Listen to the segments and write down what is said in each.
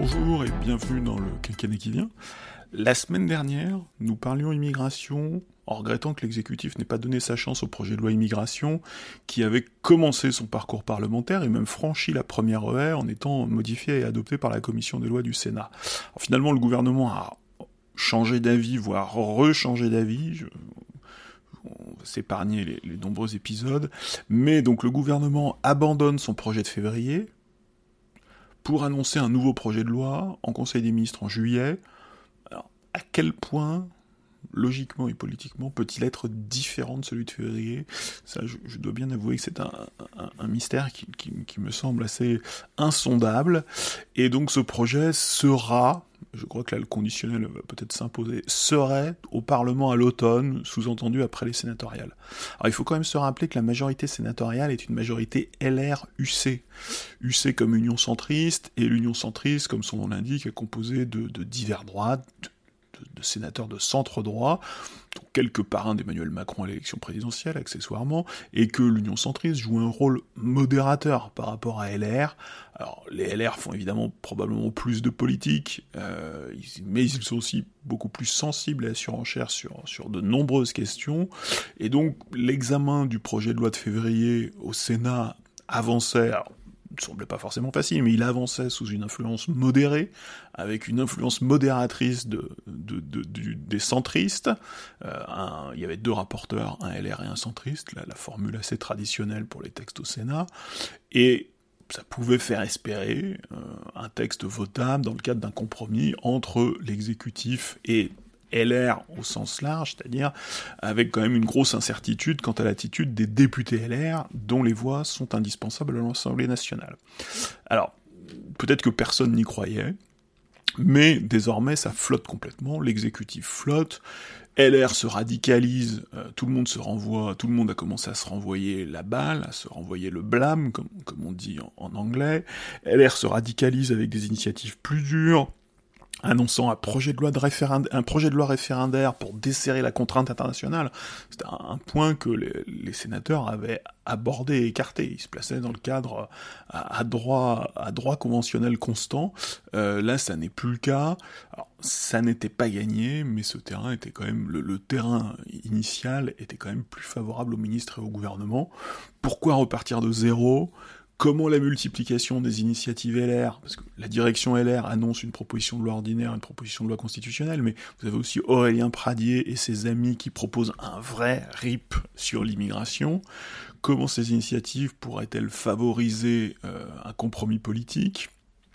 Bonjour et bienvenue dans le Quinquennat qui vient. La semaine dernière, nous parlions immigration, en regrettant que l'exécutif n'ait pas donné sa chance au projet de loi immigration, qui avait commencé son parcours parlementaire et même franchi la première ER en étant modifié et adopté par la commission des lois du Sénat. Alors, finalement, le gouvernement a changé d'avis, voire rechangé d'avis. On va s'épargner les nombreux épisodes. Mais donc le gouvernement abandonne son projet de février pour annoncer un nouveau projet de loi en Conseil des ministres en juillet. Alors, à quel point, logiquement et politiquement, peut-il être différent de celui de février ? Ça, je dois bien avouer que c'est un mystère qui me semble assez insondable. Et donc ce projet sera, je crois que là le conditionnel va peut-être s'imposer, serait au Parlement à l'automne, sous-entendu après les sénatoriales. Alors il faut quand même se rappeler que la majorité sénatoriale est une majorité LR-UC. UC comme Union centriste, et l'Union centriste, comme son nom l'indique, est composée de divers droites, de sénateurs de centre droit, donc quelques parrains d'Emmanuel Macron à l'élection présidentielle, accessoirement, et que l'Union centriste joue un rôle modérateur par rapport à LR. Alors, les LR font évidemment probablement plus de politique, mais ils sont aussi beaucoup plus sensibles à la surenchère sur de nombreuses questions, et donc l'examen du projet de loi de février au Sénat avançait, alors, ne semblait pas forcément facile, mais il avançait sous une influence modérée, avec une influence modératrice des centristes. Il y avait deux rapporteurs, un LR et un centriste, la formule assez traditionnelle pour les textes au Sénat, et ça pouvait faire espérer un texte votable dans le cadre d'un compromis entre l'exécutif et LR au sens large, c'est-à-dire avec quand même une grosse incertitude quant à l'attitude des députés LR, dont les voix sont indispensables à l'Assemblée nationale. Alors, peut-être que personne n'y croyait, mais désormais ça flotte complètement, l'exécutif flotte, LR se radicalise, tout le monde a commencé à se renvoyer la balle, à se renvoyer le blâme, comme on dit en anglais, LR se radicalise avec des initiatives plus dures, annonçant un projet de loi référendaire pour desserrer la contrainte internationale. C'était un point que les sénateurs avaient abordé et écarté. Ils se plaçaient dans le cadre à droit conventionnel constant. Là, ça n'est plus le cas. Alors, ça n'était pas gagné, mais ce terrain était quand même le terrain initial était quand même plus favorable aux ministres et au gouvernement. Pourquoi repartir de zéro ? Comment la multiplication des initiatives LR, parce que la direction LR annonce une proposition de loi ordinaire, une proposition de loi constitutionnelle, mais vous avez aussi Aurélien Pradié et ses amis qui proposent un vrai RIP sur l'immigration. Comment ces initiatives pourraient-elles favoriser un compromis politique ?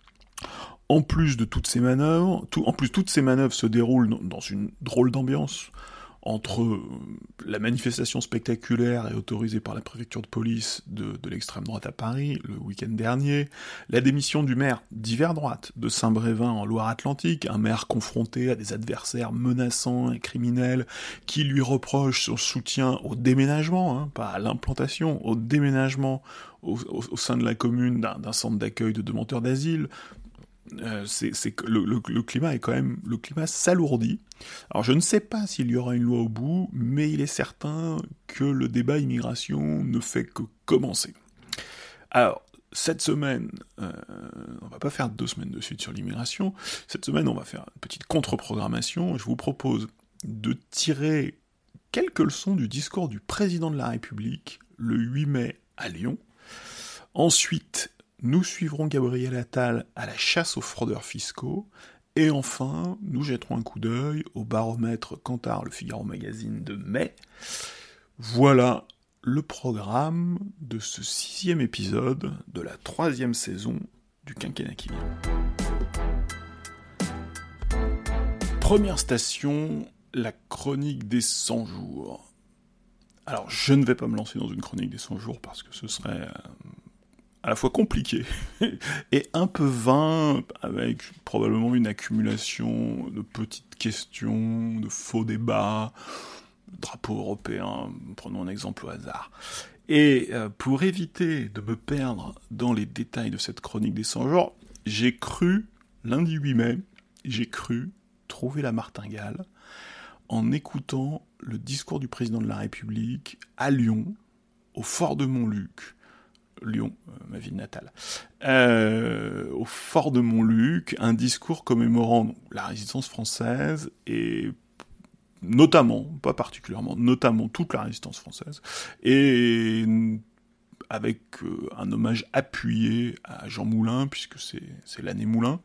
En plus de toutes ces manœuvres, toutes ces manœuvres se déroulent dans une drôle d'ambiance, entre la manifestation spectaculaire et autorisée par la préfecture de police de l'extrême droite à Paris, le week-end dernier, la démission du maire d'hiver droite de Saint-Brévin en Loire-Atlantique, un maire confronté à des adversaires menaçants et criminels qui lui reprochent son soutien au déménagement, pas à l'implantation, au déménagement au sein de la commune d'un centre d'accueil de demandeurs d'asile. Le climat est quand même, le climat s'alourdit. Alors je ne sais pas s'il y aura une loi au bout, mais il est certain que le débat immigration ne fait que commencer. Alors, cette semaine, on va pas faire 2 semaines de suite sur l'immigration, cette semaine on va faire une petite contre-programmation, je vous propose de tirer quelques leçons du discours du président de la République le 8 mai à Lyon. Ensuite, nous suivrons Gabriel Attal à la chasse aux fraudeurs fiscaux, et enfin, nous jetterons un coup d'œil au baromètre Kantar, le Figaro Magazine de mai. Voilà le programme de ce 6e épisode de la 3e saison du Quinquennat qui vient. Première station, la chronique des 100 jours. Alors, je ne vais pas me lancer dans une chronique des 100 jours parce que ce serait à la fois compliqué et un peu vain, avec probablement une accumulation de petites questions, de faux débats, drapeau européen, prenons un exemple au hasard. Et pour éviter de me perdre dans les détails de cette chronique des 100 jours, j'ai cru, lundi 8 mai, trouver la martingale en écoutant le discours du président de la République à Lyon, au fort de Montluc, Lyon, ma ville natale, au fort de Montluc, un discours commémorant la résistance française et notamment, pas particulièrement, notamment toute la résistance française, et avec un hommage appuyé à Jean Moulin, puisque c'est l'année Moulin,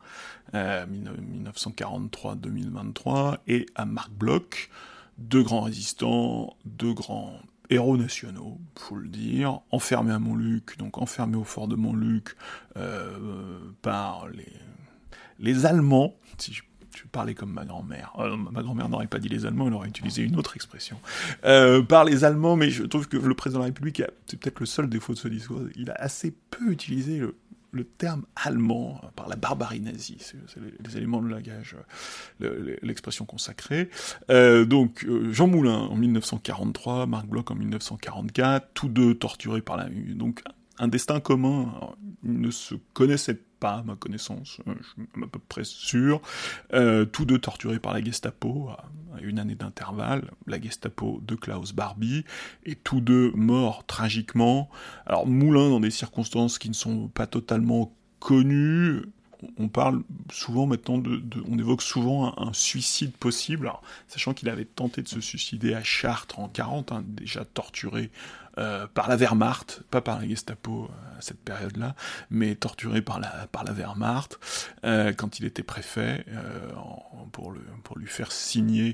1943-2023, et à Marc Bloch, deux grands résistants, deux grands héros nationaux, faut le dire, enfermés à Montluc, donc enfermés au fort de Montluc par les Allemands, si je parlais comme ma grand-mère. Ma grand-mère n'aurait pas dit les Allemands, elle aurait utilisé une autre expression. Par les Allemands, mais je trouve que le président de la République, c'est peut-être le seul défaut de ce discours, il a assez peu utilisé le terme allemand par la barbarie nazie. C'est les éléments de langage, l'expression consacrée. Donc, Jean Moulin en 1943, Marc Bloch en 1944, tous deux torturés par la... Donc, un destin commun. Alors, ils ne se connaissaient pas, à ma connaissance, je suis à peu près sûr. Tous deux torturés par la Gestapo, à une année d'intervalle, la Gestapo de Klaus Barbie, et tous deux morts tragiquement. Alors Moulin dans des circonstances qui ne sont pas totalement connues. On parle souvent maintenant on évoque souvent un suicide possible, alors, sachant qu'il avait tenté de se suicider à Chartres en 40, déjà torturé par la Wehrmacht, pas par la Gestapo à cette période-là, mais torturé par la Wehrmacht quand il était préfet pour lui faire signer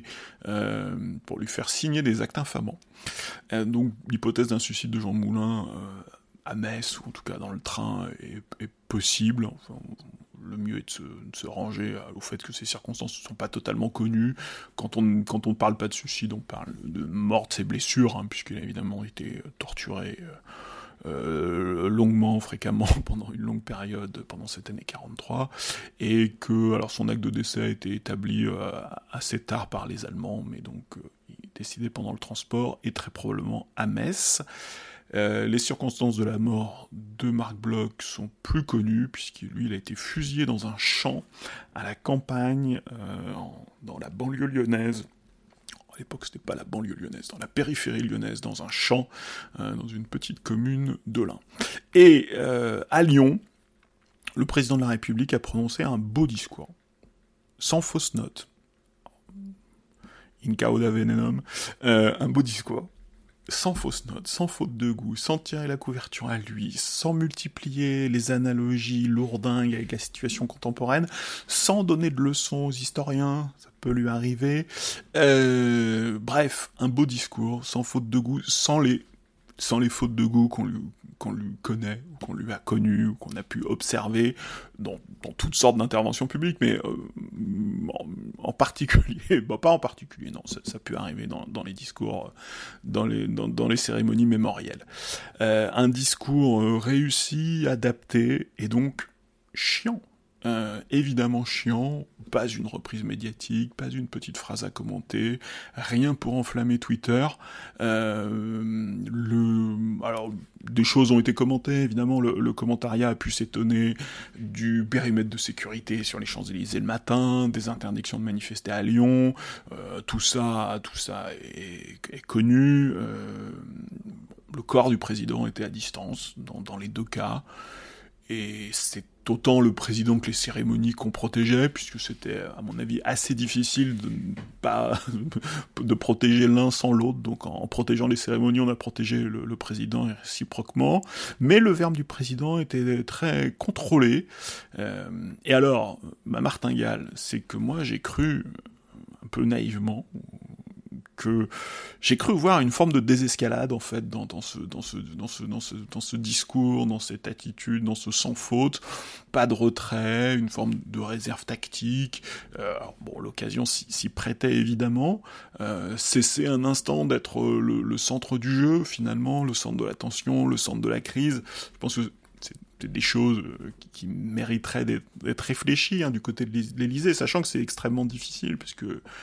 des actes infamants. Donc l'hypothèse d'un suicide de Jean Moulin à Metz, ou en tout cas dans le train, est possible. Enfin, le mieux est de se ranger au fait que ces circonstances ne sont pas totalement connues. Quand on ne parle pas de suicide, on parle de mort de ses blessures, puisqu'il a évidemment été torturé longuement, fréquemment, pendant une longue période, pendant cette année 43, et que alors son acte de décès a été établi assez tard par les Allemands, mais donc il est décidé pendant le transport, et très probablement à Metz. Les circonstances de la mort de Marc Bloch sont plus connues, puisqu'il lui, il a été fusillé dans un champ à la campagne, dans la banlieue lyonnaise. À l'époque, c'était pas la banlieue lyonnaise, dans la périphérie lyonnaise, dans un champ, dans une petite commune de l'Ain. Et à Lyon, le président de la République a prononcé un beau discours, sans fausse note. In cauda venenum, un beau discours. Sans fausse note, sans faute de goût, sans tirer la couverture à lui, sans multiplier les analogies lourdingues avec la situation contemporaine, sans donner de leçons aux historiens, ça peut lui arriver. Bref, un beau discours, sans faute de goût, sans les fautes de goût qu'on lui connaît, ou qu'on lui a connues, ou qu'on a pu observer dans toutes sortes d'interventions publiques, mais en particulier, pas en particulier, non, ça peut arriver dans les discours, dans les cérémonies mémorielles. Un discours réussi, adapté, et donc chiant. Évidemment chiant, pas une reprise médiatique, pas une petite phrase à commenter, rien pour enflammer Twitter. Alors, des choses ont été commentées, évidemment, le commentariat a pu s'étonner du périmètre de sécurité sur les Champs-Élysées le matin, des interdictions de manifester à Lyon, tout ça est connu. Le corps du président était à distance, dans les deux cas, et c'est autant le président que les cérémonies qu'on protégeait, puisque c'était, à mon avis, assez difficile de protéger l'un sans l'autre. Donc en protégeant les cérémonies, on a protégé le président et réciproquement. Mais le verbe du président était très contrôlé. Et alors, ma martingale, c'est que moi j'ai cru, un peu naïvement, que j'ai cru voir une forme de désescalade en fait dans ce discours, dans cette attitude, dans ce sans faute, pas de retrait, une forme de réserve tactique. L'occasion s'y prêtait évidemment. Cesser un instant d'être le centre du jeu finalement, le centre de l'attention, le centre de la crise. Je pense que c'est des choses qui mériteraient d'être réfléchies du côté de l'Élysée, sachant que c'est extrêmement difficile, puisque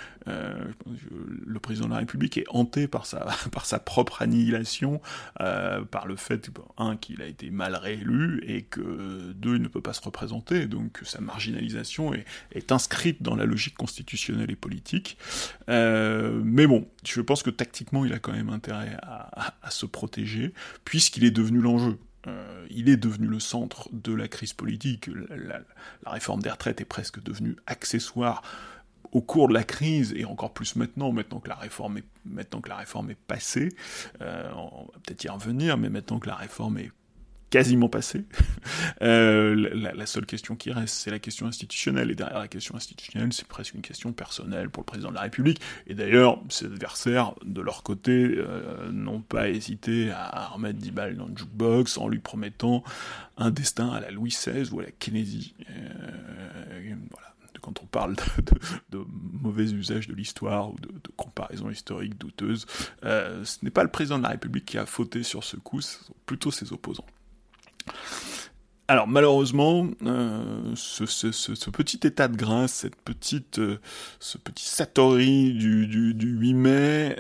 le président de la République est hanté par sa propre annihilation, par le fait, qu'il a été mal réélu, et que, deux, il ne peut pas se représenter, donc sa marginalisation est inscrite dans la logique constitutionnelle et politique. Mais bon, je pense que tactiquement, il a quand même intérêt à se protéger, puisqu'il est devenu l'enjeu. il est devenu le centre de la crise politique. La réforme des retraites est presque devenue accessoire au cours de la crise, et encore plus maintenant que la réforme est passée. On va peut-être y revenir, mais maintenant que la réforme est quasiment passée, la seule question qui reste, c'est la question institutionnelle, et derrière la question institutionnelle, c'est presque une question personnelle pour le président de la République, et d'ailleurs, ses adversaires, de leur côté, n'ont pas hésité à remettre 10 balles dans le jukebox en lui promettant un destin à la Louis XVI ou à la Kennedy. Voilà. Quand on parle de mauvais usage de l'histoire ou de comparaisons historiques douteuses, ce n'est pas le président de la République qui a fauté sur ce coup, ce sont plutôt ses opposants. Alors malheureusement, ce petit état de grâce, ce petit Satori du 8 mai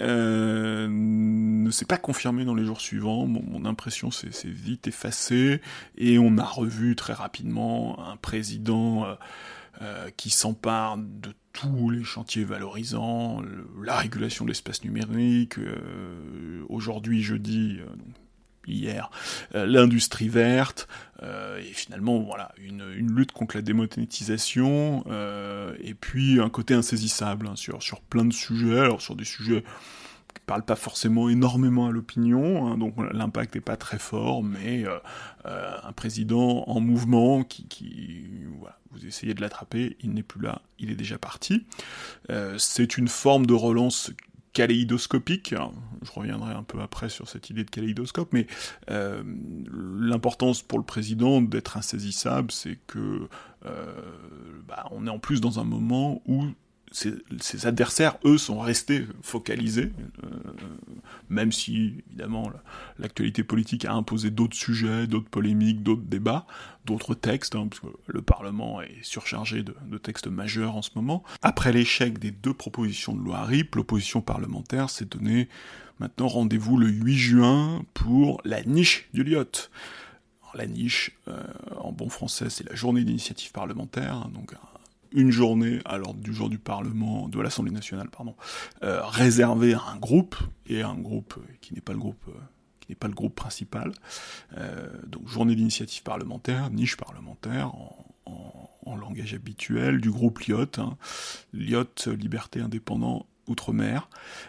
ne s'est pas confirmé dans les jours suivants. Mon impression s'est vite effacée, et on a revu très rapidement un président qui s'empare de tous les chantiers valorisants, la régulation de l'espace numérique, aujourd'hui, jeudi, hier, l'industrie verte, et finalement, voilà, une lutte contre la démonétisation, et puis un côté insaisissable sur plein de sujets, alors sur des sujets qui parlent pas forcément énormément à l'opinion, donc l'impact n'est pas très fort, mais un président en mouvement qui voilà, vous essayez de l'attraper, il n'est plus là, il est déjà parti. C'est une forme de relance kaléidoscopique. Alors, je reviendrai un peu après sur cette idée de kaléidoscope, mais l'importance pour le président d'être insaisissable, c'est que on est en plus dans un moment où ses adversaires, eux, sont restés focalisés, même si, évidemment, l'actualité politique a imposé d'autres sujets, d'autres polémiques, d'autres débats, d'autres textes, parce que le Parlement est surchargé de textes majeurs en ce moment. Après l'échec des 2 propositions de loi RIP, l'opposition parlementaire s'est donné maintenant rendez-vous le 8 juin pour la niche du LIOT. Alors, la niche, en bon français, c'est la journée d'initiative parlementaire, donc une journée à l'ordre du jour du Parlement, de l'Assemblée nationale, réservée à un groupe, et un groupe qui n'est pas le groupe principal. Donc journée d'initiative parlementaire, niche parlementaire, en langage habituel, du groupe LIOT, LIOT, Liberté Indépendant Outre-mer,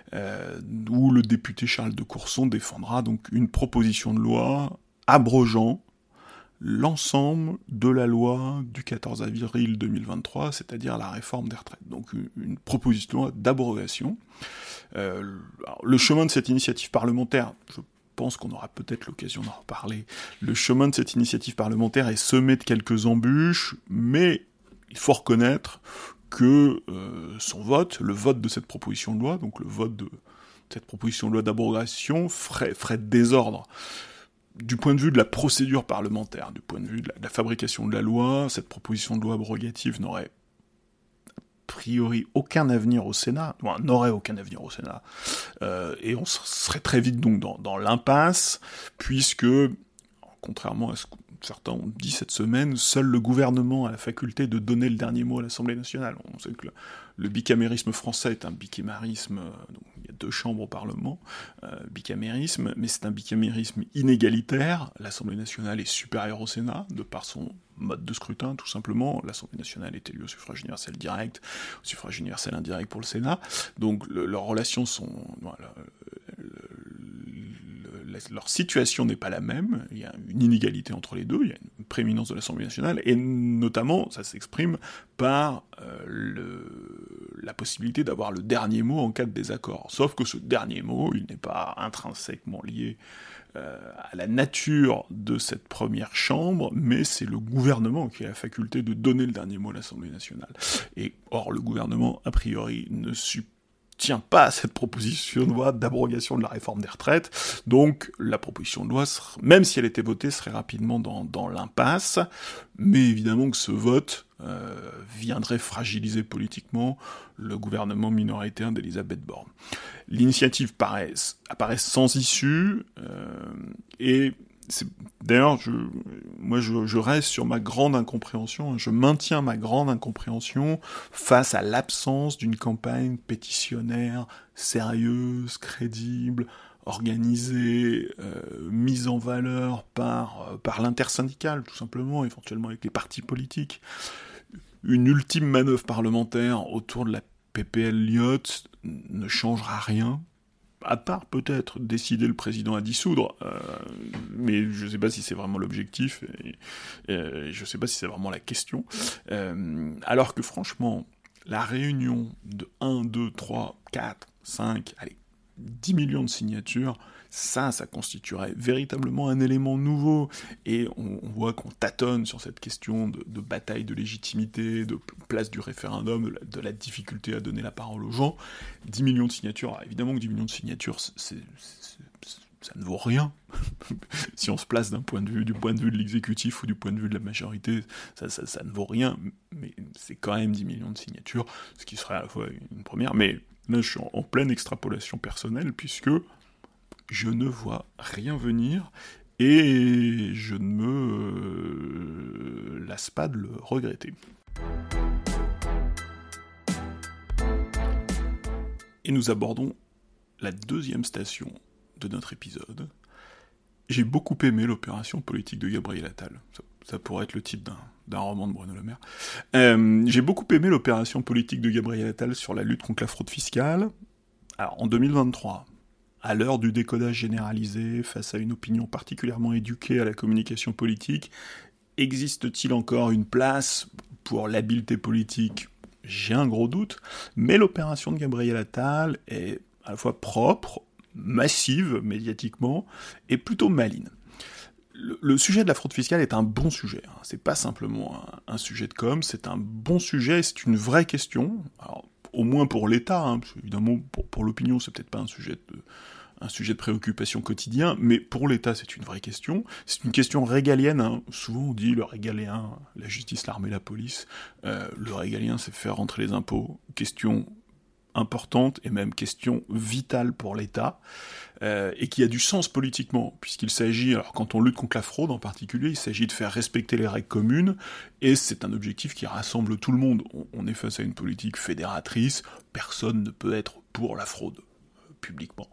où le député Charles de Courson défendra donc une proposition de loi abrogeant l'ensemble de la loi du 14 avril 2023, c'est-à-dire la réforme des retraites. Donc une proposition de loi d'abrogation. Le chemin de cette initiative parlementaire, je pense qu'on aura peut-être l'occasion d'en reparler, le chemin de cette initiative parlementaire est semé de quelques embûches, mais il faut reconnaître que son vote, le vote de cette proposition de loi, donc le vote de cette proposition de loi d'abrogation, ferait désordre. Du point de vue de la procédure parlementaire, du point de vue de la fabrication de la loi, cette proposition de loi abrogative n'aurait a priori aucun avenir au Sénat, n'aurait aucun avenir au Sénat, et on serait très vite donc dans l'impasse, puisque, contrairement à ce que certains ont dit cette semaine, seul le gouvernement a la faculté de donner le dernier mot à l'Assemblée nationale. On sait que le bicamérisme français est un bicamérisme, donc il y a 2 chambres au Parlement, bicamérisme, mais c'est un bicamérisme inégalitaire. L'Assemblée nationale est supérieure au Sénat, de par son mode de scrutin, tout simplement. L'Assemblée nationale est élue au suffrage universel direct, au suffrage universel indirect pour le Sénat. Donc leurs relations sont... leur situation n'est pas la même, il y a une inégalité entre les deux, il y a une prééminence de l'Assemblée nationale, et notamment, ça s'exprime par la possibilité d'avoir le dernier mot en cas de désaccord. Sauf que ce dernier mot, il n'est pas intrinsèquement lié à la nature de cette première chambre, mais c'est le gouvernement qui a la faculté de donner le dernier mot à l'Assemblée nationale. Et or, le gouvernement, a priori, ne tient pas à cette proposition de loi d'abrogation de la réforme des retraites, donc la proposition de loi, même si elle était votée, serait rapidement dans l'impasse, mais évidemment que ce vote viendrait fragiliser politiquement le gouvernement minoritaire d'Elisabeth Borne. L'initiative apparaît sans issue, et d'ailleurs, je reste sur ma grande incompréhension, je maintiens ma grande incompréhension face à l'absence d'une campagne pétitionnaire sérieuse, crédible, organisée, mise en valeur par l'intersyndicale, tout simplement, éventuellement avec les partis politiques, une ultime manœuvre parlementaire autour de la PPL Lyotte ne changera rien, à part peut-être décider le président à dissoudre, mais je ne sais pas si c'est vraiment l'objectif, et je ne sais pas si c'est vraiment la question, alors que franchement, la réunion de 1, 2, 3, 4, 5, allez, 10 millions de signatures, ça constituerait véritablement un élément nouveau. Et on voit qu'on tâtonne sur cette question de bataille de légitimité, de place du référendum, de la difficulté à donner la parole aux gens. 10 millions de signatures, alors évidemment que 10 millions de signatures, ça ne vaut rien. Si on se place du point de vue de l'exécutif ou du point de vue de la majorité, ça ne vaut rien, mais c'est quand même 10 millions de signatures, ce qui serait à la fois une première, mais là je suis en pleine extrapolation personnelle, puisque je ne vois rien venir, et je ne me lasse pas de le regretter. Et nous abordons la deuxième station de notre épisode. J'ai beaucoup aimé l'opération politique de Gabriel Attal. Ça pourrait être le titre d'un roman de Bruno Le Maire. J'ai beaucoup aimé l'opération politique de Gabriel Attal sur la lutte contre la fraude fiscale. Alors, en 2023, à l'heure du décodage généralisé, face à une opinion particulièrement éduquée à la communication politique, existe-t-il encore une place pour l'habileté politique ? J'ai un gros doute, mais l'opération de Gabriel Attal est à la fois propre, massive médiatiquement, et plutôt maligne. Le sujet de la fraude fiscale est un bon sujet, hein. C'est pas simplement un sujet de com', c'est un bon sujet, c'est une vraie question, alors, au moins pour l'État, hein, parce évidemment pour l'opinion c'est peut-être pas un sujet de préoccupation quotidien, mais pour l'État c'est une vraie question, c'est une question régalienne, hein. Souvent on dit le régalien, la justice, l'armée, la police, le régalien c'est faire rentrer les impôts, question importante et même question vitale pour l'État, et qui a du sens politiquement, puisqu'il s'agit, alors quand on lutte contre la fraude en particulier, il s'agit de faire respecter les règles communes, et c'est un objectif qui rassemble tout le monde. On est face à une politique fédératrice, personne ne peut être pour la fraude, publiquement.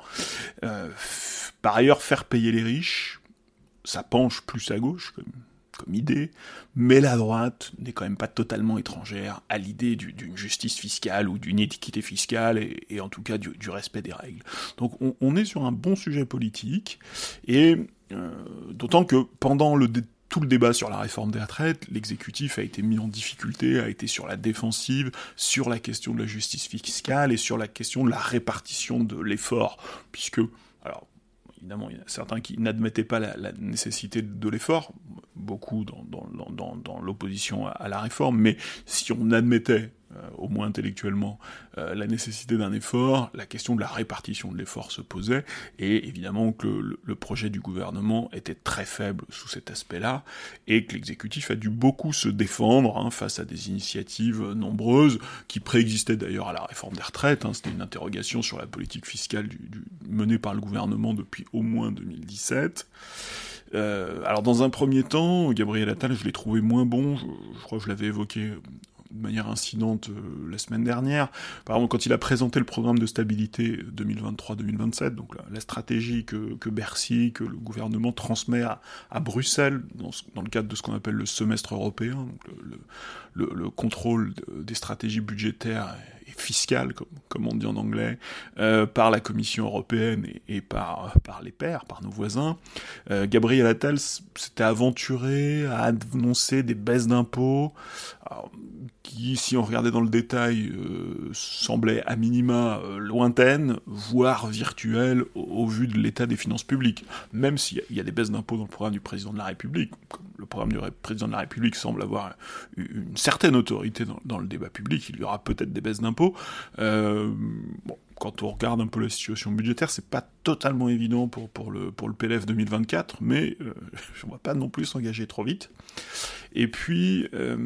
Par ailleurs, faire payer les riches, ça penche plus à gauche, comme idée, mais la droite n'est quand même pas totalement étrangère à l'idée d'une justice fiscale ou d'une équité fiscale, et en tout cas du respect des règles. Donc on est sur un bon sujet politique, et d'autant que pendant tout le débat sur la réforme des retraites, l'exécutif a été mis en difficulté, a été sur la défensive, sur la question de la justice fiscale et sur la question de la répartition de l'effort, puisque, alors, évidemment, il y en a certains qui n'admettaient pas la nécessité de l'effort, beaucoup dans l'opposition à la réforme, mais si on admettait, au moins intellectuellement, la nécessité d'un effort, la question de la répartition de l'effort se posait, et évidemment que le projet du gouvernement était très faible sous cet aspect-là, et que l'exécutif a dû beaucoup se défendre face à des initiatives nombreuses, qui préexistaient d'ailleurs à la réforme des retraites, c'était une interrogation sur la politique fiscale menée par le gouvernement depuis au moins 2017. Alors dans un premier temps, Gabriel Attal, je l'ai trouvé moins bon, je crois que je l'avais évoqué de manière incidente la semaine dernière. Par exemple, quand il a présenté le programme de stabilité 2023-2027, donc la stratégie que Bercy, que le gouvernement transmet à Bruxelles, dans le cadre de ce qu'on appelle le semestre européen, donc le contrôle des stratégies budgétaires et fiscales, comme on dit en anglais, par la Commission européenne et par les pairs, par nos voisins. Gabriel Attal s'était aventuré à annoncer des baisses d'impôts, qui, si on regardait dans le détail, semblaient à minima lointaines, voire virtuelles, au vu de l'état des finances publiques. Même s'il y a des baisses d'impôts dans le programme du président de la République, comme le programme du président de la République semble avoir une certaine autorité dans le débat public, il y aura peut-être des baisses d'impôts. Quand on regarde un peu la situation budgétaire, c'est pas totalement évident pour le PLF 2024, mais je ne vois pas non plus s'engager trop vite. Et puis,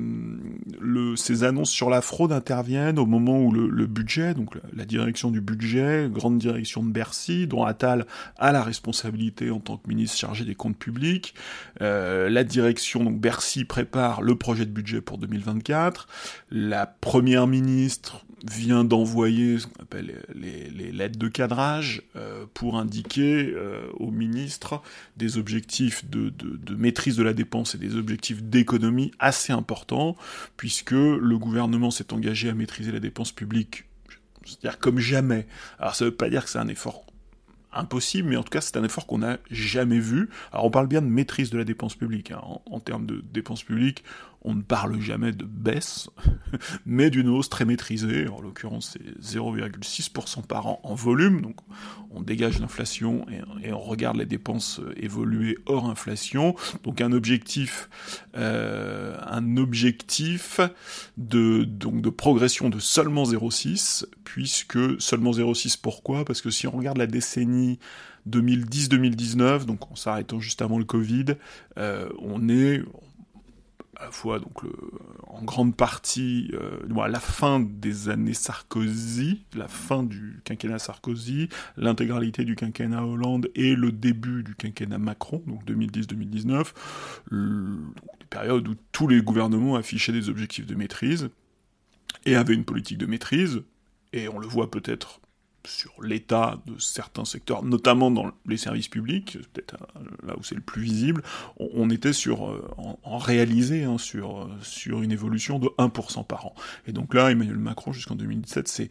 ces annonces sur la fraude interviennent au moment où le budget, donc la direction du budget, grande direction de Bercy, dont Attal a la responsabilité en tant que ministre chargé des comptes publics, la direction, donc Bercy, prépare le projet de budget pour 2024, la première ministre vient d'envoyer ce qu'on appelle les lettres de cadrage pour indiquer aux ministres des objectifs de maîtrise de la dépense et des objectifs d'économie assez importants, puisque le gouvernement s'est engagé à maîtriser la dépense publique, c'est-à-dire comme jamais. Alors ça veut pas dire que c'est un effort impossible, mais en tout cas c'est un effort qu'on n'a jamais vu. Alors on parle bien de maîtrise de la dépense publique, hein. En termes de dépense publique, on ne parle jamais de baisse, mais d'une hausse très maîtrisée. En l'occurrence, c'est 0,6% par an en volume, donc on dégage l'inflation et on regarde les dépenses évoluer hors inflation. Donc un objectif de progression de seulement 0,6, puisque seulement 0,6, pourquoi ? Parce que si on regarde la décennie 2010-2019, donc en s'arrêtant juste avant le Covid, on est à la fois donc en grande partie à la fin des années Sarkozy, la fin du quinquennat Sarkozy, l'intégralité du quinquennat Hollande et le début du quinquennat Macron, donc 2010-2019, des périodes où tous les gouvernements affichaient des objectifs de maîtrise et avaient une politique de maîtrise, et on le voit peut-être sur l'état de certains secteurs, notamment dans les services publics, c'est peut-être là où c'est le plus visible, on était en réalisé sur une évolution de 1% par an. Et donc là, Emmanuel Macron, jusqu'en 2017, c'est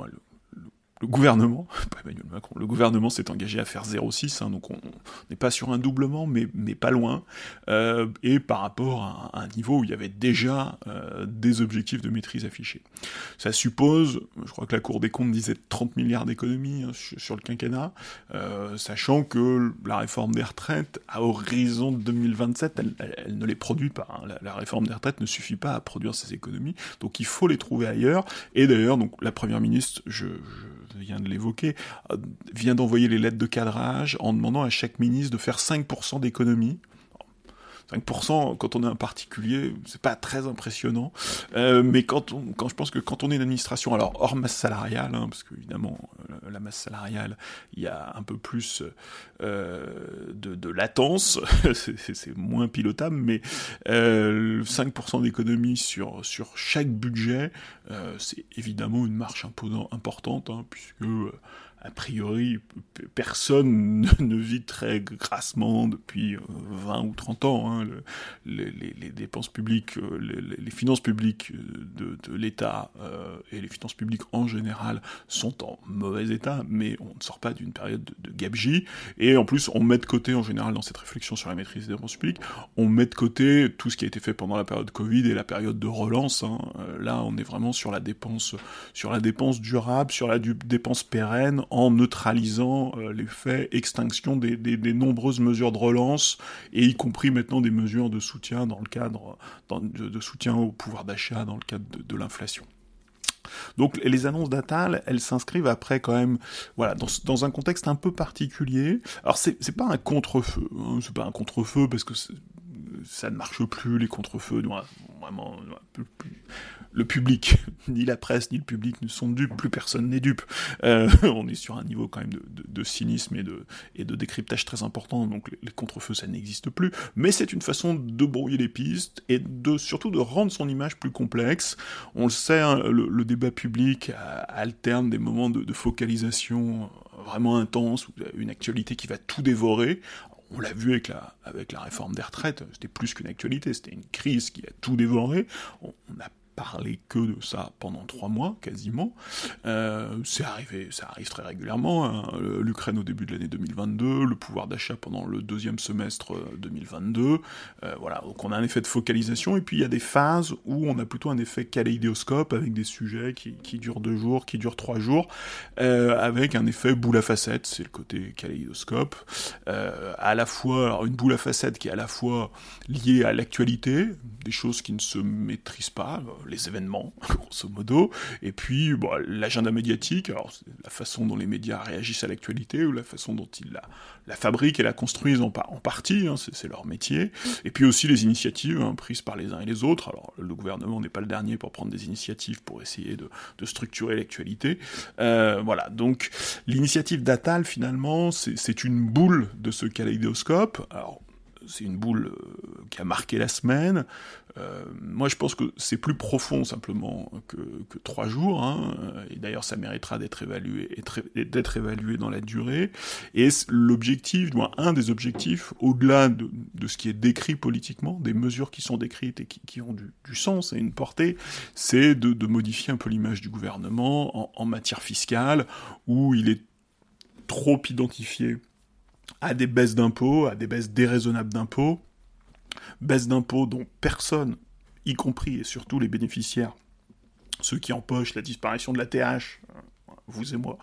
le gouvernement, pas Emmanuel Macron, le gouvernement s'est engagé à faire 0,6, donc on n'est pas sur un doublement, mais pas loin, et par rapport à un niveau où il y avait déjà des objectifs de maîtrise affichés. Ça suppose, je crois que la Cour des comptes disait 30 milliards d'économies sur le quinquennat, sachant que la réforme des retraites, à horizon 2027, elle ne les produit pas, hein. La réforme des retraites ne suffit pas à produire ces économies, donc il faut les trouver ailleurs, et d'ailleurs, donc la Première ministre, je viens de l'évoquer, vient d'envoyer les lettres de cadrage en demandant à chaque ministre de faire 5% d'économie. 5%, quand on est un particulier, c'est pas très impressionnant, mais quand je pense que quand on est une administration, alors hors masse salariale, hein, parce qu'évidemment, la masse salariale, il y a un peu plus de latence, c'est moins pilotable, mais 5% d'économie sur chaque budget, c'est évidemment une marche importante, hein, puisque a priori, personne ne vit très grassement depuis 20 ou 30 ans. Hein. Les dépenses publiques, les finances publiques de l'État et les finances publiques en général sont en mauvais état, mais on ne sort pas d'une période de gabegie. Et en plus, on met de côté, en général, dans cette réflexion sur la maîtrise des dépenses publiques, on met de côté tout ce qui a été fait pendant la période Covid et la période de relance. Hein. Là, on est vraiment sur la dépense durable, sur la dépense pérenne, en neutralisant l'effet extinction des nombreuses mesures de relance, et y compris maintenant des mesures de soutien dans le cadre de soutien au pouvoir d'achat dans le cadre de l'inflation. Donc les annonces d'Attal, elles s'inscrivent après quand même, voilà, dans un contexte un peu particulier. Alors c'est pas un contre-feu, hein, c'est pas un contre-feu parce que ça ne marche plus, les contre-feux, vraiment, le public, ni la presse, ni le public ne sont dupes, plus personne n'est dupe. On est sur un niveau quand même de cynisme et de décryptage très important, donc les contre-feux, ça n'existe plus, mais c'est une façon de brouiller les pistes, et surtout de rendre son image plus complexe. On le sait, hein, le débat public alterne des moments de focalisation vraiment intense, une actualité qui va tout dévorer. On l'a vu avec la réforme des retraites, c'était plus qu'une actualité, c'était une crise qui a tout dévoré. On a parlé que de ça pendant 3 mois, quasiment. Ça arrive très régulièrement, hein. L'Ukraine au début de l'année 2022, le pouvoir d'achat pendant le deuxième semestre 2022, voilà, donc on a un effet de focalisation, et puis il y a des phases où on a plutôt un effet kaléidoscope, avec des sujets qui durent 2 jours, qui durent 3 jours, avec un effet boule à facettes, c'est le côté kaléidoscope, à la fois, alors une boule à facettes qui est à la fois liée à l'actualité, des choses qui ne se maîtrisent pas, les événements, grosso modo, et puis l'agenda médiatique, alors la façon dont les médias réagissent à l'actualité, ou la façon dont ils la fabriquent et la construisent en partie, hein, c'est leur métier, et puis aussi les initiatives, hein, prises par les uns et les autres. Alors le gouvernement n'est pas le dernier pour prendre des initiatives pour essayer de structurer l'actualité. Voilà, donc l'initiative d'Attal, finalement, c'est une boule de ce kaléidoscope. Alors c'est une boule qui a marqué la semaine. Moi, je pense que c'est plus profond simplement que 3 jours, hein, et d'ailleurs, ça méritera d'être évalué dans la durée. Et l'objectif, un des objectifs, au-delà de ce qui est décrit politiquement, des mesures qui sont décrites et qui ont du sens et une portée, c'est de modifier un peu l'image du gouvernement en matière fiscale, où il est trop identifié à des baisses d'impôts, à des baisses déraisonnables d'impôts, baisses d'impôts dont personne, y compris et surtout les bénéficiaires, ceux qui empochent la disparition de la TH, vous et moi,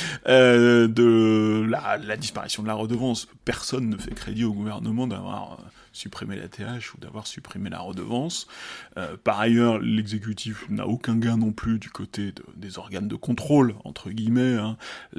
de la disparition de la redevance. Personne ne fait crédit au gouvernement d'avoir supprimé la TH ou d'avoir supprimé la redevance. Par ailleurs, l'exécutif n'a aucun gain non plus du côté des organes de contrôle, entre guillemets. Hein.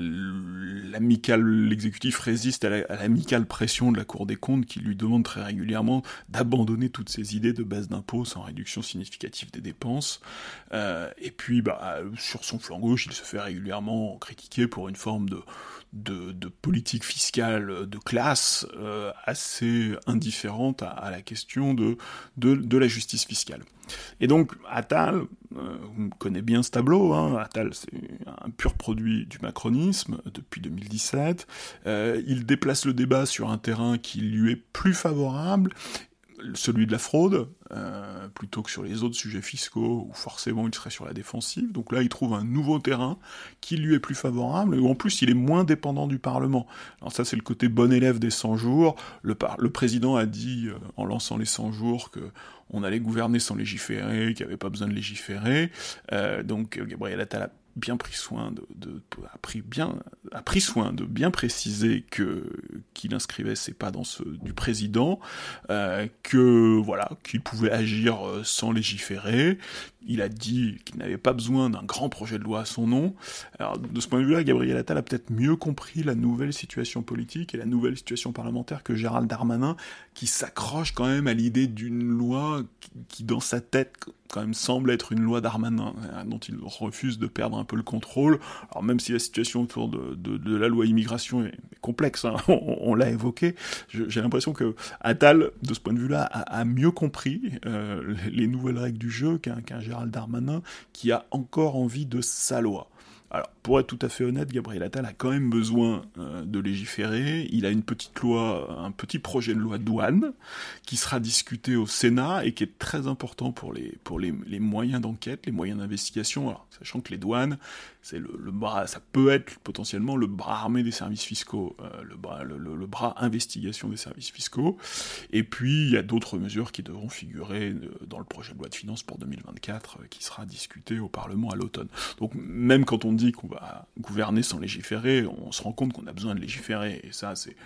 L'exécutif résiste à l'amicale pression de la Cour des comptes qui lui demande très régulièrement d'abandonner toutes ses idées de baisse d'impôts sans réduction significative des dépenses. Et puis, sur son flanc gauche, il se fait régulièrement critiquer pour une forme de politique fiscale de classe assez indifférente à la question de la justice fiscale. Et donc Attal connaît bien ce tableau, hein. Attal c'est un pur produit du macronisme depuis 2017, il déplace le débat sur un terrain qui lui est plus favorable, celui de la fraude, plutôt que sur les autres sujets fiscaux, où forcément il serait sur la défensive. Donc là, il trouve un nouveau terrain qui lui est plus favorable, et où en plus il est moins dépendant du Parlement. Alors ça, c'est le côté bon élève des 100 jours. Le président a dit, en lançant les 100 jours, qu'on allait gouverner sans légiférer, qu'il n'y avait pas besoin de légiférer. Donc Gabriel Attal a bien pris soin a pris soin de bien préciser qu'il inscrivait ses pas dans ceux du président, qu'il pouvait agir sans légiférer. Il a dit qu'il n'avait pas besoin d'un grand projet de loi à son nom. Alors, de ce point de vue-là, Gabriel Attal a peut-être mieux compris la nouvelle situation politique et la nouvelle situation parlementaire que Gérald Darmanin, qui s'accroche quand même à l'idée d'une loi qui dans sa tête, quand même, semble être une loi Darmanin, dont il refuse de perdre un peu le contrôle. Alors, même si la situation autour de la loi immigration est complexe, hein, on l'a évoqué, j'ai l'impression que Attal, de ce point de vue-là, a mieux compris les nouvelles règles du jeu qu'un Gérald Darmanin qui a encore envie de sa loi. Alors, pour être tout à fait honnête, Gabriel Attal a quand même besoin de légiférer. Il a un petit projet de loi douane qui sera discuté au Sénat et qui est très important pour les moyens d'enquête, les moyens d'investigation. Alors, sachant que les douanes, c'est le bras, ça peut être potentiellement le bras armé des services fiscaux, le bras investigation des services fiscaux. Et puis, il y a d'autres mesures qui devront figurer dans le projet de loi de finances pour 2024 qui sera discuté au Parlement à l'automne. Donc, même quand on dit qu'on va gouverner sans légiférer, on se rend compte qu'on a besoin de légiférer, et ça, c'est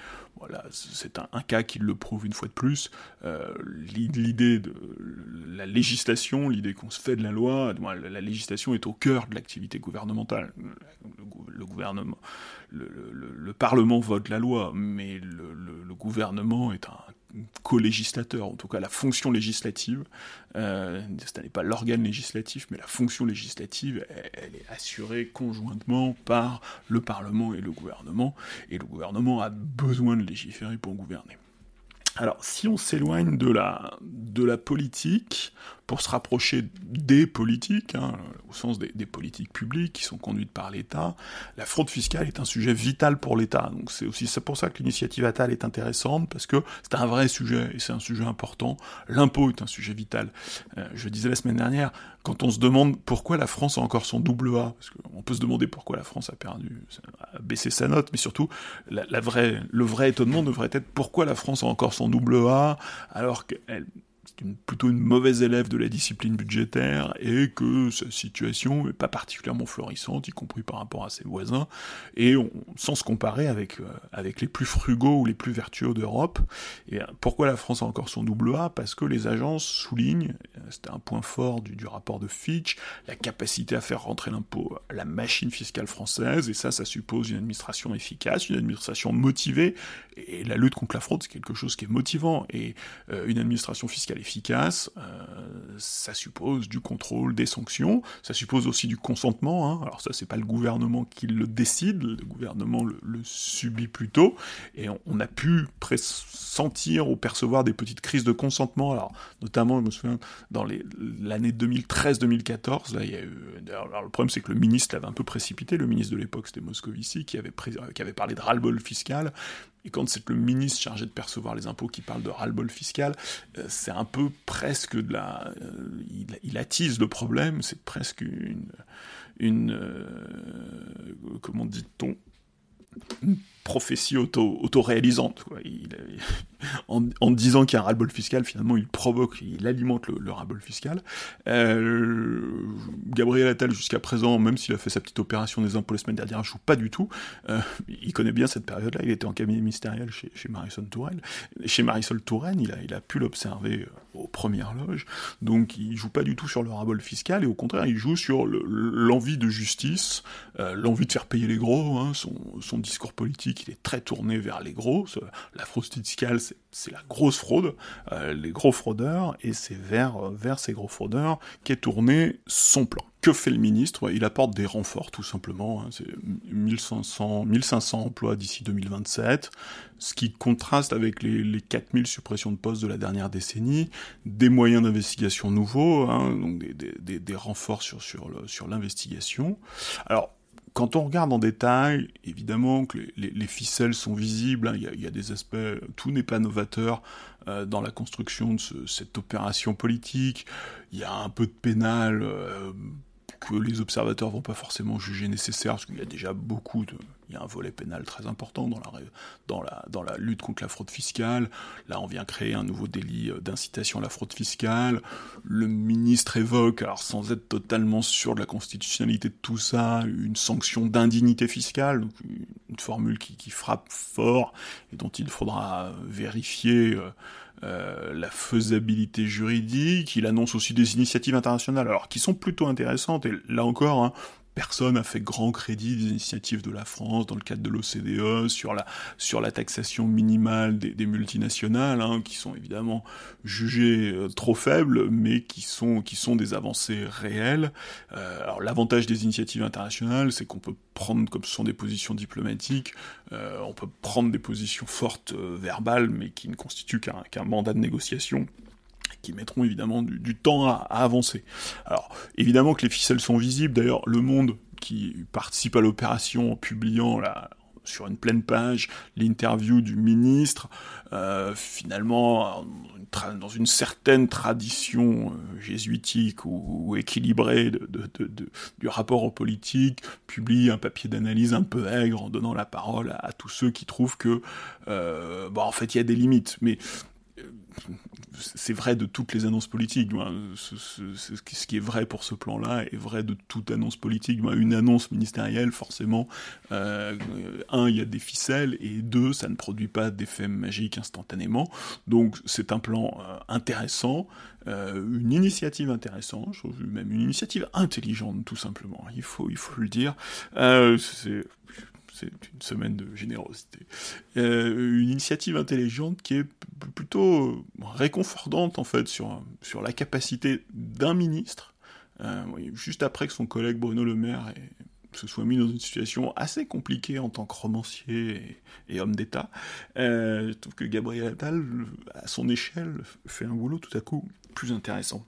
un cas qui le prouve une fois de plus. L'idée de la législation, l'idée qu'on se fait de la loi, la législation est au cœur de l'activité gouvernementale. Le gouvernement, le Parlement vote la loi, mais le gouvernement est un co-législateur, en tout cas la fonction législative, ce n'est pas l'organe législatif, mais la fonction législative, elle est assurée conjointement par le Parlement et le gouvernement a besoin de légiférer pour gouverner. Alors, si on s'éloigne de la politique, pour se rapprocher des politiques, hein, au sens des politiques publiques qui sont conduites par l'État, la fraude fiscale est un sujet vital pour l'État. Donc c'est pour ça que l'initiative Attal est intéressante, parce que c'est un vrai sujet, et c'est un sujet important. L'impôt est un sujet vital. Je disais la semaine dernière, quand on se demande pourquoi la France a encore son double A, parce qu'on peut se demander pourquoi la France a baissé sa note, mais surtout, le vrai étonnement devrait être pourquoi la France a encore son double A, alors qu'elle plutôt une mauvaise élève de la discipline budgétaire et que sa situation n'est pas particulièrement florissante, y compris par rapport à ses voisins, et sans se comparer avec les plus frugaux ou les plus vertueux d'Europe. Et pourquoi la France a encore son double A ? Parce que les agences soulignent, c'était un point fort du rapport de Fitch, la capacité à faire rentrer l'impôt à la machine fiscale française, et ça suppose une administration efficace, une administration motivée, et la lutte contre la fraude, c'est quelque chose qui est motivant, et une administration fiscale efficace, efficace, ça suppose du contrôle, des sanctions, ça suppose aussi du consentement, hein. Alors ça, c'est pas le gouvernement qui le décide, le gouvernement le subit plutôt, et on a pu sentir ou percevoir des petites crises de consentement, alors notamment, je me souviens, dans l'année 2013-2014, là, il y a eu... Alors le problème, c'est que le ministre l'avait un peu précipité, le ministre de l'époque, c'était Moscovici, qui avait parlé de ras-le-bol fiscal, et quand c'est le ministre chargé de percevoir les impôts qui parle de ras-le-bol fiscal, c'est un peu presque de la... il attise le problème, c'est presque comment dit-on, une prophétie auto-réalisante, quoi. En disant qu'il y a un ras-le-bol fiscal, finalement, il alimente le ras-le-bol fiscal. Gabriel Attal, jusqu'à présent, même s'il a fait sa petite opération des impôts la semaine dernière, joue pas du tout. Il connaît bien cette période-là, il était en cabinet ministériel chez Marisol Touraine. Chez Marisol Touraine, il a pu l'observer aux premières loges, donc il joue pas du tout sur le ras-le-bol fiscal, et au contraire, il joue sur l'envie de justice, l'envie de faire payer les gros, hein. Son discours politique, il est très tourné vers les gros. La fraude fiscale, c'est la grosse fraude, les gros fraudeurs, et c'est vers ces gros fraudeurs qu'est tourné son plan. Que fait le ministre ? Il apporte des renforts, tout simplement, hein. C'est 1500 emplois d'ici 2027, ce qui contraste avec les 4000 suppressions de postes de la dernière décennie, des moyens d'investigation nouveaux, hein, donc des renforts sur l'investigation. Alors, quand on regarde en détail, évidemment que les ficelles sont visibles, hein, il y a des aspects, tout n'est pas novateur dans la construction de cette opération politique, il y a un peu de pénal que les observateurs vont pas forcément juger nécessaire, parce qu'il y a déjà il y a un volet pénal très important dans la lutte contre la fraude fiscale. Là, on vient créer un nouveau délit d'incitation à la fraude fiscale. Le ministre évoque, alors sans être totalement sûr de la constitutionnalité de tout ça, une sanction d'indignité fiscale, donc une formule qui frappe fort et dont il faudra vérifier la faisabilité juridique. Il annonce aussi des initiatives internationales, alors qui sont plutôt intéressantes, et là encore, hein, personne n'a fait grand crédit des initiatives de la France dans le cadre de l'OCDE sur la taxation minimale des multinationales, hein, qui sont évidemment jugées trop faibles, mais qui sont des avancées réelles. Alors l'avantage des initiatives internationales, c'est qu'on peut prendre, comme ce sont des positions diplomatiques, on peut prendre des positions fortes verbales, mais qui ne constituent qu'un mandat de négociation, qui mettront évidemment du temps à avancer. Alors, évidemment que les ficelles sont visibles, d'ailleurs, Le Monde, qui participe à l'opération en publiant sur une pleine page l'interview du ministre, finalement, dans une certaine tradition jésuitique ou équilibrée du rapport aux politiques, publie un papier d'analyse un peu aigre en donnant la parole à tous ceux qui trouvent que, en fait, il y a des limites, mais c'est vrai de toutes les annonces politiques. Ce qui est vrai pour ce plan-là est vrai de toute annonce politique. Une annonce ministérielle, forcément, il y a des ficelles, et deux, ça ne produit pas d'effet magique instantanément. Donc c'est un plan intéressant, une initiative intéressante, je trouve même une initiative intelligente, tout simplement. Il faut le dire. C'est une semaine de générosité. Une initiative intelligente qui est plutôt réconfortante, en fait, sur la capacité d'un ministre, juste après que son collègue Bruno Le Maire se soit mis dans une situation assez compliquée en tant que romancier et homme d'État. Je trouve que Gabriel Attal, à son échelle, fait un boulot tout à coup plus intéressant.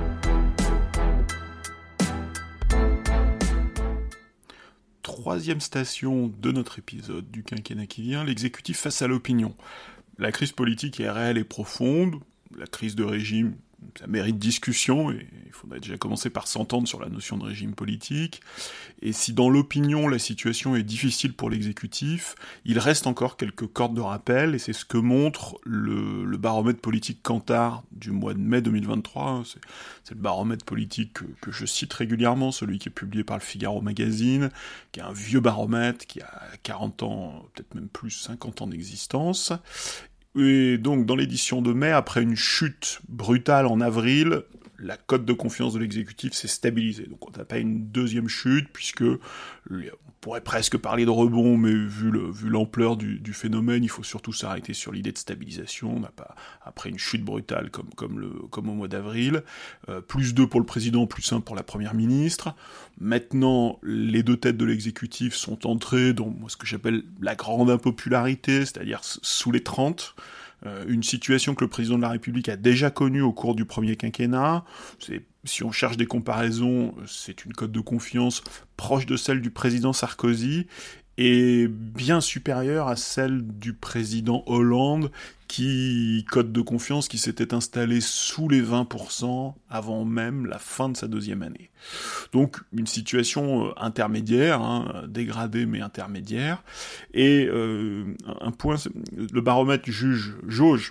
Troisième station de notre épisode du quinquennat qui vient, l'exécutif face à l'opinion. La crise politique est réelle et profonde, la crise de régime, ça mérite discussion, et il faudrait déjà commencer par s'entendre sur la notion de régime politique, et si dans l'opinion la situation est difficile pour l'exécutif, il reste encore quelques cordes de rappel, et c'est ce que montre le baromètre politique Kantar du mois de mai 2023, c'est le baromètre politique que je cite régulièrement, celui qui est publié par le Figaro Magazine, qui est un vieux baromètre, qui a 40 ans, peut-être même plus, 50 ans d'existence. Et donc, dans l'édition de mai, après une chute brutale en avril, la cote de confiance de l'exécutif s'est stabilisée. Donc on n'a pas une deuxième chute, puisque on pourrait presque parler de rebond, mais vu l'ampleur du phénomène, il faut surtout s'arrêter sur l'idée de stabilisation. On n'a pas, après une chute brutale comme au mois d'avril, plus 2 pour le président, plus 1 pour la première ministre. Maintenant, les deux têtes de l'exécutif sont entrées dans ce que j'appelle la grande impopularité, c'est-à-dire sous les 30. Une situation que le président de la République a déjà connue au cours du premier quinquennat. Si on cherche des comparaisons, c'est une cote de confiance proche de celle du président Sarkozy et bien supérieure à celle du président Hollande, cote de confiance qui s'était installée sous les 20% avant même la fin de sa deuxième année. Donc une situation intermédiaire, dégradée mais intermédiaire, et un point, le baromètre jauge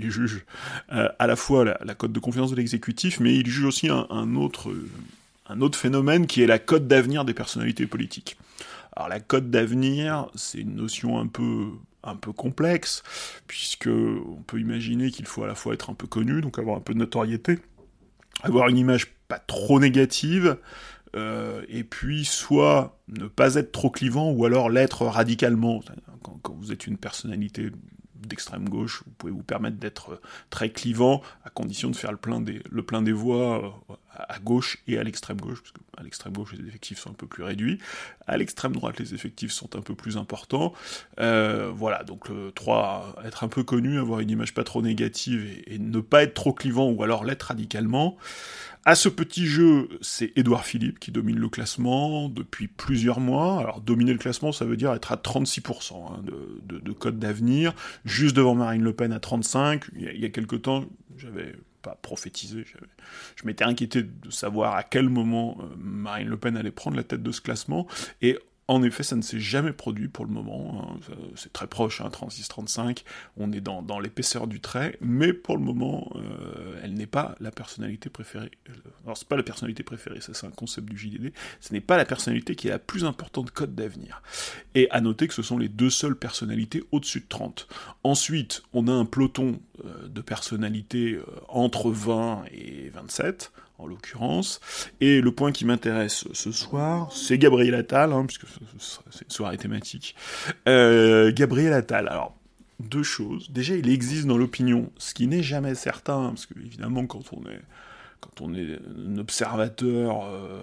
à la fois la cote de confiance de l'exécutif, mais il juge aussi un autre phénomène qui est la cote d'avenir des personnalités politiques. Alors la cote d'avenir, c'est une notion un peu complexe, puisque on peut imaginer qu'il faut à la fois être un peu connu, donc avoir un peu de notoriété, avoir une image pas trop négative, et puis soit ne pas être trop clivant, ou alors l'être radicalement. Quand vous êtes une personnalité d'extrême gauche, vous pouvez vous permettre d'être très clivant, à condition de faire le plein des voix à gauche et à l'extrême gauche, parce qu'à l'extrême gauche, les effectifs sont un peu plus réduits, à l'extrême droite, les effectifs sont un peu plus importants. Voilà, donc 3, être un peu connu, avoir une image pas trop négative, et ne pas être trop clivant, ou alors l'être radicalement. À ce petit jeu, c'est Édouard Philippe qui domine le classement depuis plusieurs mois. Alors, dominer le classement, ça veut dire être à 36% de cote d'avenir, juste devant Marine Le Pen à 35%. Il y a quelque temps, j'avais pas prophétisé, je m'étais inquiété de savoir à quel moment Marine Le Pen allait prendre la tête de ce classement, et en effet, ça ne s'est jamais produit pour le moment, c'est très proche, 36-35, on est dans l'épaisseur du trait, mais pour le moment, elle n'est pas la personnalité préférée. Alors, c'est pas la personnalité préférée, ça c'est un concept du JDD, ce n'est pas la personnalité qui est la plus importante cote d'avenir. Et à noter que ce sont les 2 seules personnalités au-dessus de 30. Ensuite, on a un peloton de personnalités entre 20 et 27, en l'occurrence, et le point qui m'intéresse ce soir, c'est Gabriel Attal, puisque c'est une soirée thématique. Gabriel Attal, alors, 2 choses. Déjà, il existe dans l'opinion, ce qui n'est jamais certain, parce que évidemment, quand on est un observateur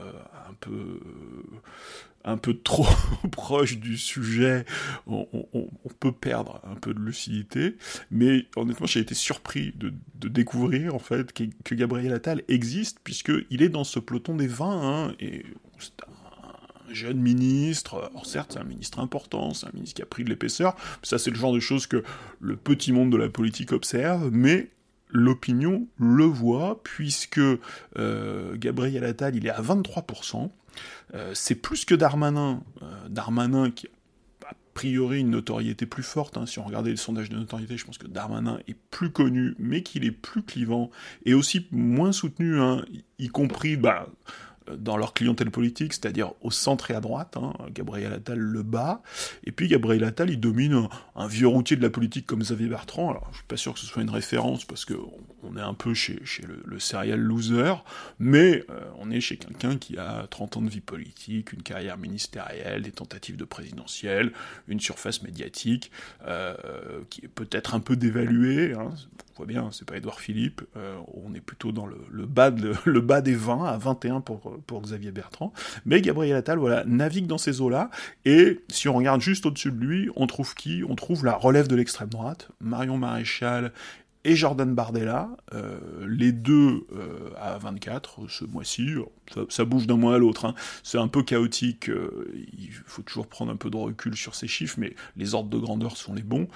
un peu trop proche du sujet, on peut perdre un peu de lucidité, mais honnêtement j'ai été surpris de découvrir en fait que Gabriel Attal existe, puisqu'il est dans ce peloton des 20, et c'est un jeune ministre. Alors certes c'est un ministre important, c'est un ministre qui a pris de l'épaisseur, ça c'est le genre de choses que le petit monde de la politique observe, mais l'opinion le voit, puisque Gabriel Attal il est à 23%, c'est plus que Darmanin, qui a priori une notoriété plus forte, si on regardait les sondages de notoriété, je pense que Darmanin est plus connu, mais qu'il est plus clivant, et aussi moins soutenu, y compris dans leur clientèle politique, c'est-à-dire au centre et à droite. Gabriel Attal le bat, et puis Gabriel Attal, il domine un vieux routier de la politique comme Xavier Bertrand. Alors, je suis pas sûr que ce soit une référence, parce que on est un peu chez le serial loser, mais on est chez quelqu'un qui a 30 ans de vie politique, une carrière ministérielle, des tentatives de présidentielle, une surface médiatique qui est peut-être un peu dévaluée, on voit bien, c'est pas Édouard Philippe, on est plutôt dans le bas des 20, à 21 pour Xavier Bertrand, mais Gabriel Attal, voilà, navigue dans ces eaux-là, et si on regarde juste au-dessus de lui, on trouve qui ? On trouve la relève de l'extrême droite, Marion Maréchal et Jordan Bardella, les deux à 24 ce mois-ci. Ça bouge d'un mois à l'autre, c'est un peu chaotique, il faut toujours prendre un peu de recul sur ces chiffres, mais les ordres de grandeur sont les bons.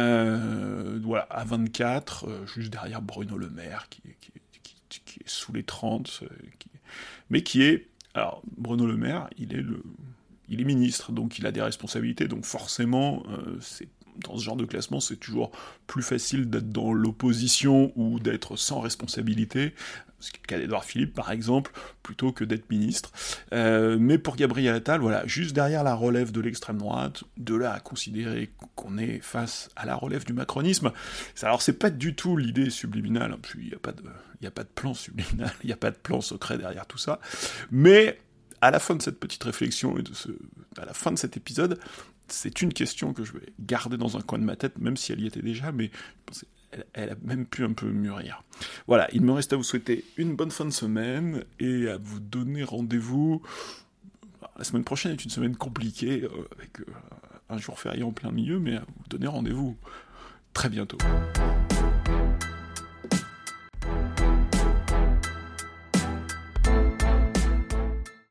Voilà, à 24, juste derrière Bruno Le Maire, qui est sous les 30, mais qui est... Alors, Bruno Le Maire, il est ministre, donc il a des responsabilités, donc forcément, dans ce genre de classement, c'est toujours plus facile d'être dans l'opposition ou d'être sans responsabilité, ce qui est le cas d'Édouard Philippe, par exemple, plutôt que d'être ministre. Mais pour Gabriel Attal, voilà, juste derrière la relève de l'extrême droite, de là à considérer qu'on est face à la relève du macronisme, alors c'est pas du tout l'idée subliminale, il n'y a pas de plan subliminal, il n'y a pas de plan secret derrière tout ça, mais à la fin de cette petite réflexion et à la fin de cet épisode, c'est une question que je vais garder dans un coin de ma tête, même si elle y était déjà, mais elle a même pu un peu mûrir. Voilà, il me reste à vous souhaiter une bonne fin de semaine et à vous donner rendez-vous. La semaine prochaine est une semaine compliquée, avec un jour férié en plein milieu, mais à vous donner rendez-vous très bientôt.